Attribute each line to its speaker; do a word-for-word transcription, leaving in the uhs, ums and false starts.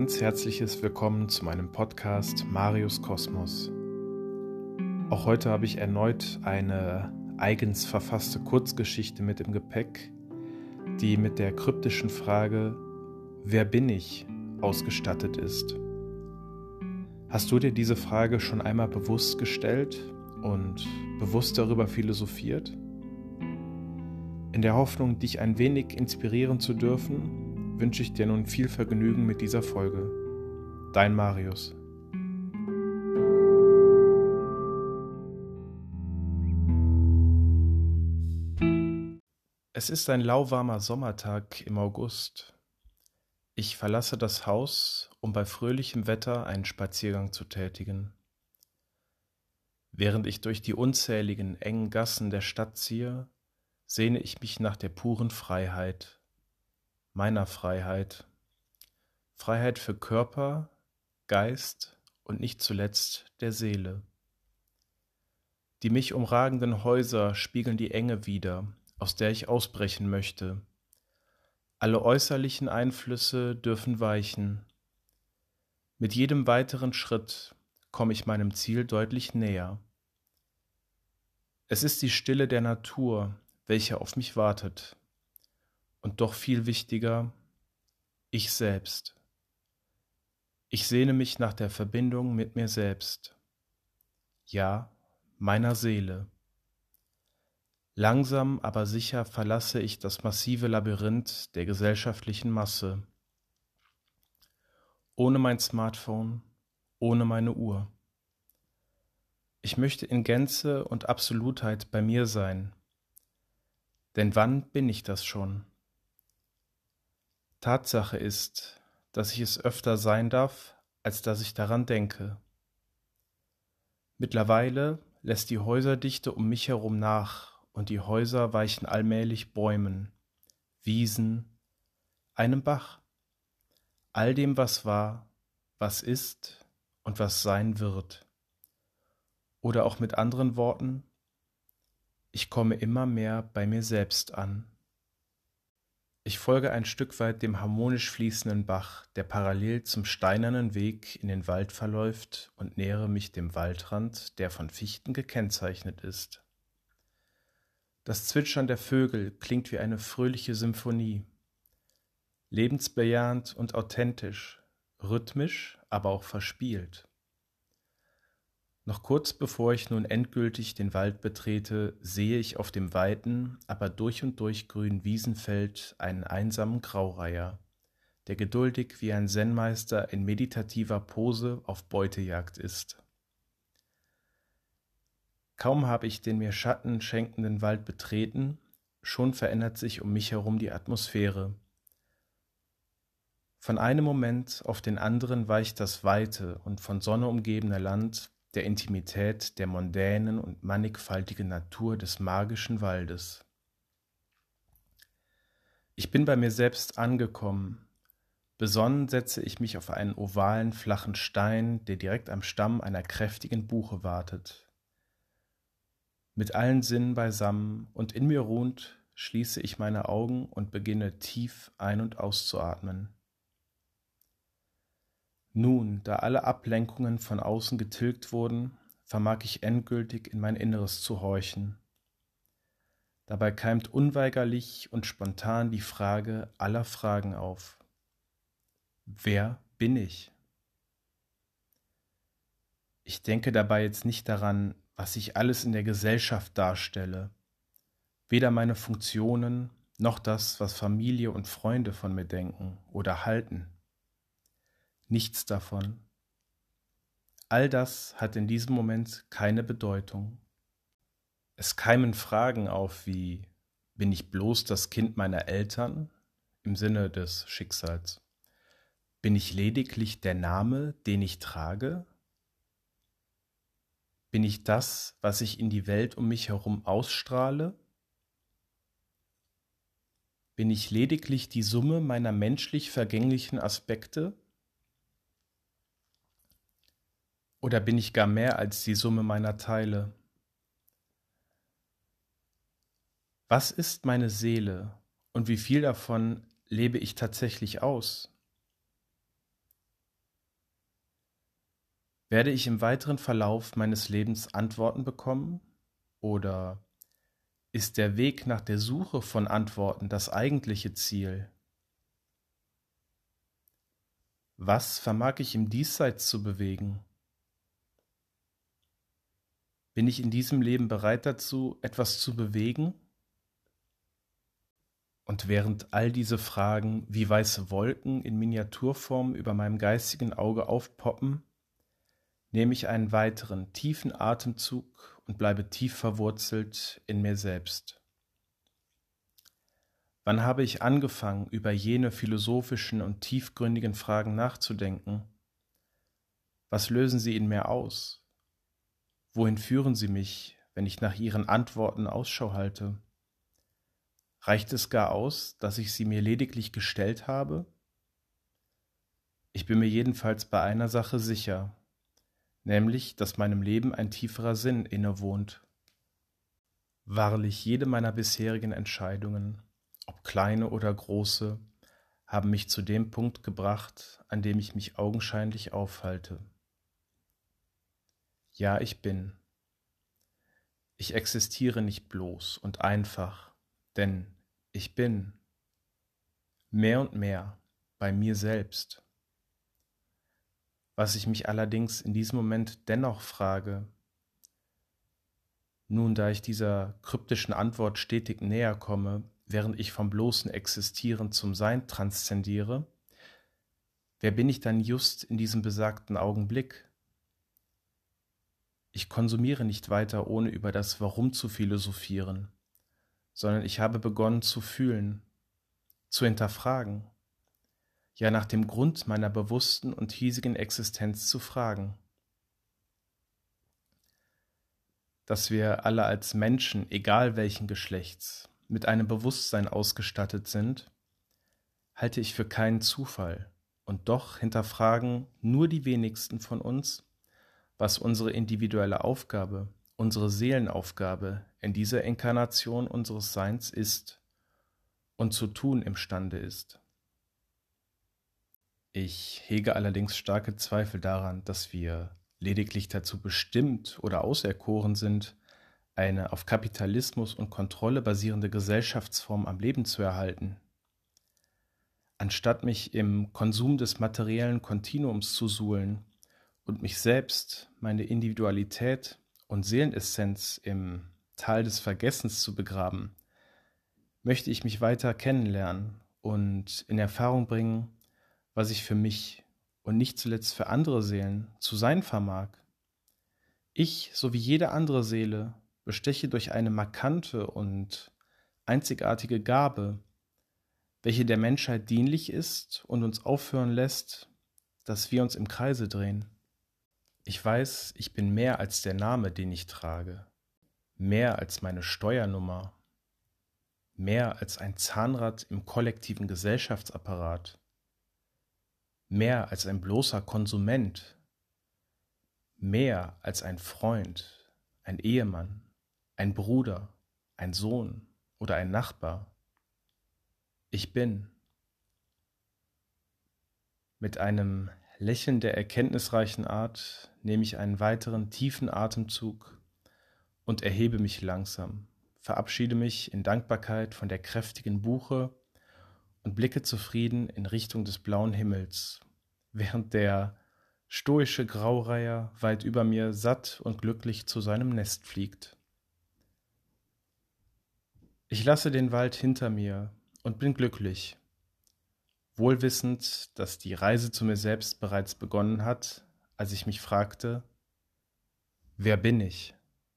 Speaker 1: ganz herzliches Willkommen zu meinem Podcast Marius Kosmos. Auch heute habe ich erneut eine eigens verfasste Kurzgeschichte mit im Gepäck, die mit der kryptischen Frage „Wer bin ich?" ausgestattet ist. Hast du dir diese Frage schon einmal bewusst gestellt und bewusst darüber philosophiert? In der Hoffnung, dich ein wenig inspirieren zu dürfen, wünsche ich dir nun viel Vergnügen mit dieser Folge. Dein Marius. Es ist ein lauwarmer Sommertag im August. Ich verlasse das Haus, um bei fröhlichem Wetter einen Spaziergang zu tätigen. Während ich durch die unzähligen engen Gassen der Stadt ziehe, sehne ich mich nach der puren Freiheit, meiner Freiheit. Freiheit für Körper, Geist und nicht zuletzt der Seele. Die mich umragenden Häuser spiegeln die Enge wider, aus der ich ausbrechen möchte. Alle äußerlichen Einflüsse dürfen weichen. Mit jedem weiteren Schritt komme ich meinem Ziel deutlich näher. Es ist die Stille der Natur, welche auf mich wartet. Und doch viel wichtiger, ich selbst. Ich sehne mich nach der Verbindung mit mir selbst. Ja, meiner Seele. Langsam, aber sicher verlasse ich das massive Labyrinth der gesellschaftlichen Masse. Ohne mein Smartphone, ohne meine Uhr. Ich möchte in Gänze und Absolutheit bei mir sein. Denn wann bin ich das schon? Tatsache ist, dass ich es öfter sein darf, als dass ich daran denke. Mittlerweile lässt die Häuserdichte um mich herum nach und die Häuser weichen allmählich Bäumen, Wiesen, einem Bach, all dem, was war, was ist und was sein wird. Oder auch mit anderen Worten, ich komme immer mehr bei mir selbst an. Ich folge ein Stück weit dem harmonisch fließenden Bach, der parallel zum steinernen Weg in den Wald verläuft, und nähere mich dem Waldrand, der von Fichten gekennzeichnet ist. Das Zwitschern der Vögel klingt wie eine fröhliche Symphonie. Lebensbejahend und authentisch, rhythmisch, aber auch verspielt. Noch kurz bevor ich nun endgültig den Wald betrete, sehe ich auf dem weiten, aber durch und durch grünen Wiesenfeld einen einsamen Graureiher, der geduldig wie ein Zen-Meister in meditativer Pose auf Beutejagd ist. Kaum habe ich den mir Schatten schenkenden Wald betreten, schon verändert sich um mich herum die Atmosphäre. Von einem Moment auf den anderen weicht das weite und von Sonne umgebene Land der Intimität der mondänen und mannigfaltigen Natur des magischen Waldes. Ich bin bei mir selbst angekommen. Besonnen setze ich mich auf einen ovalen, flachen Stein, der direkt am Stamm einer kräftigen Buche wartet. Mit allen Sinnen beisammen und in mir ruhend schließe ich meine Augen und beginne tief ein- und auszuatmen. Nun, da alle Ablenkungen von außen getilgt wurden, vermag ich endgültig in mein Inneres zu horchen. Dabei keimt unweigerlich und spontan die Frage aller Fragen auf. Wer bin ich? Ich denke dabei jetzt nicht daran, was ich alles in der Gesellschaft darstelle, weder meine Funktionen noch das, was Familie und Freunde von mir denken oder halten. Nichts davon. All das hat in diesem Moment keine Bedeutung. Es keimen Fragen auf wie: Bin ich bloß das Kind meiner Eltern im Sinne des Schicksals? Bin ich lediglich der Name, den ich trage? Bin ich das, was ich in die Welt um mich herum ausstrahle? Bin ich lediglich die Summe meiner menschlich vergänglichen Aspekte? Oder bin ich gar mehr als die Summe meiner Teile? Was ist meine Seele und wie viel davon lebe ich tatsächlich aus? Werde ich im weiteren Verlauf meines Lebens Antworten bekommen? Oder ist der Weg nach der Suche von Antworten das eigentliche Ziel? Was vermag ich im Diesseits zu bewegen? Bin ich in diesem Leben bereit dazu, etwas zu bewegen? Und während all diese Fragen wie weiße Wolken in Miniaturform über meinem geistigen Auge aufpoppen, nehme ich einen weiteren tiefen Atemzug und bleibe tief verwurzelt in mir selbst. Wann habe ich angefangen, über jene philosophischen und tiefgründigen Fragen nachzudenken? Was lösen sie in mir aus? Wohin führen sie mich, wenn ich nach ihren Antworten Ausschau halte? Reicht es gar aus, dass ich sie mir lediglich gestellt habe? Ich bin mir jedenfalls bei einer Sache sicher, nämlich, dass meinem Leben ein tieferer Sinn innewohnt. Wahrlich, jede meiner bisherigen Entscheidungen, ob kleine oder große, haben mich zu dem Punkt gebracht, an dem ich mich augenscheinlich aufhalte. Ja, ich bin. Ich existiere nicht bloß und einfach, denn ich bin mehr und mehr bei mir selbst. Was ich mich allerdings in diesem Moment dennoch frage, nun da ich dieser kryptischen Antwort stetig näher komme, während ich vom bloßen Existieren zum Sein transzendiere, wer bin ich dann just in diesem besagten Augenblick? Ich konsumiere nicht weiter, ohne über das Warum zu philosophieren, sondern ich habe begonnen zu fühlen, zu hinterfragen, ja nach dem Grund meiner bewussten und hiesigen Existenz zu fragen. Dass wir alle als Menschen, egal welchen Geschlechts, mit einem Bewusstsein ausgestattet sind, halte ich für keinen Zufall, und doch hinterfragen nur die wenigsten von uns, was unsere individuelle Aufgabe, unsere Seelenaufgabe in dieser Inkarnation unseres Seins ist und zu tun imstande ist. Ich hege allerdings starke Zweifel daran, dass wir lediglich dazu bestimmt oder auserkoren sind, eine auf Kapitalismus und Kontrolle basierende Gesellschaftsform am Leben zu erhalten. Anstatt mich im Konsum des materiellen Kontinuums zu suhlen und mich selbst, meine Individualität und Seelenessenz im Tal des Vergessens zu begraben, möchte ich mich weiter kennenlernen und in Erfahrung bringen, was ich für mich und nicht zuletzt für andere Seelen zu sein vermag. Ich, so wie jede andere Seele, besteche durch eine markante und einzigartige Gabe, welche der Menschheit dienlich ist und uns aufhören lässt, dass wir uns im Kreise drehen. Ich weiß, ich bin mehr als der Name, den ich trage, mehr als meine Steuernummer, mehr als ein Zahnrad im kollektiven Gesellschaftsapparat, mehr als ein bloßer Konsument, mehr als ein Freund, ein Ehemann, ein Bruder, ein Sohn oder ein Nachbar. Ich bin. Mit einem Lächeln der erkenntnisreichen Art nehme ich einen weiteren tiefen Atemzug und erhebe mich langsam, verabschiede mich in Dankbarkeit von der kräftigen Buche und blicke zufrieden in Richtung des blauen Himmels, während der stoische Graureiher weit über mir satt und glücklich zu seinem Nest fliegt. Ich lasse den Wald hinter mir und bin glücklich, wohlwissend, dass die Reise zu mir selbst bereits begonnen hat, als ich mich fragte, wer bin ich?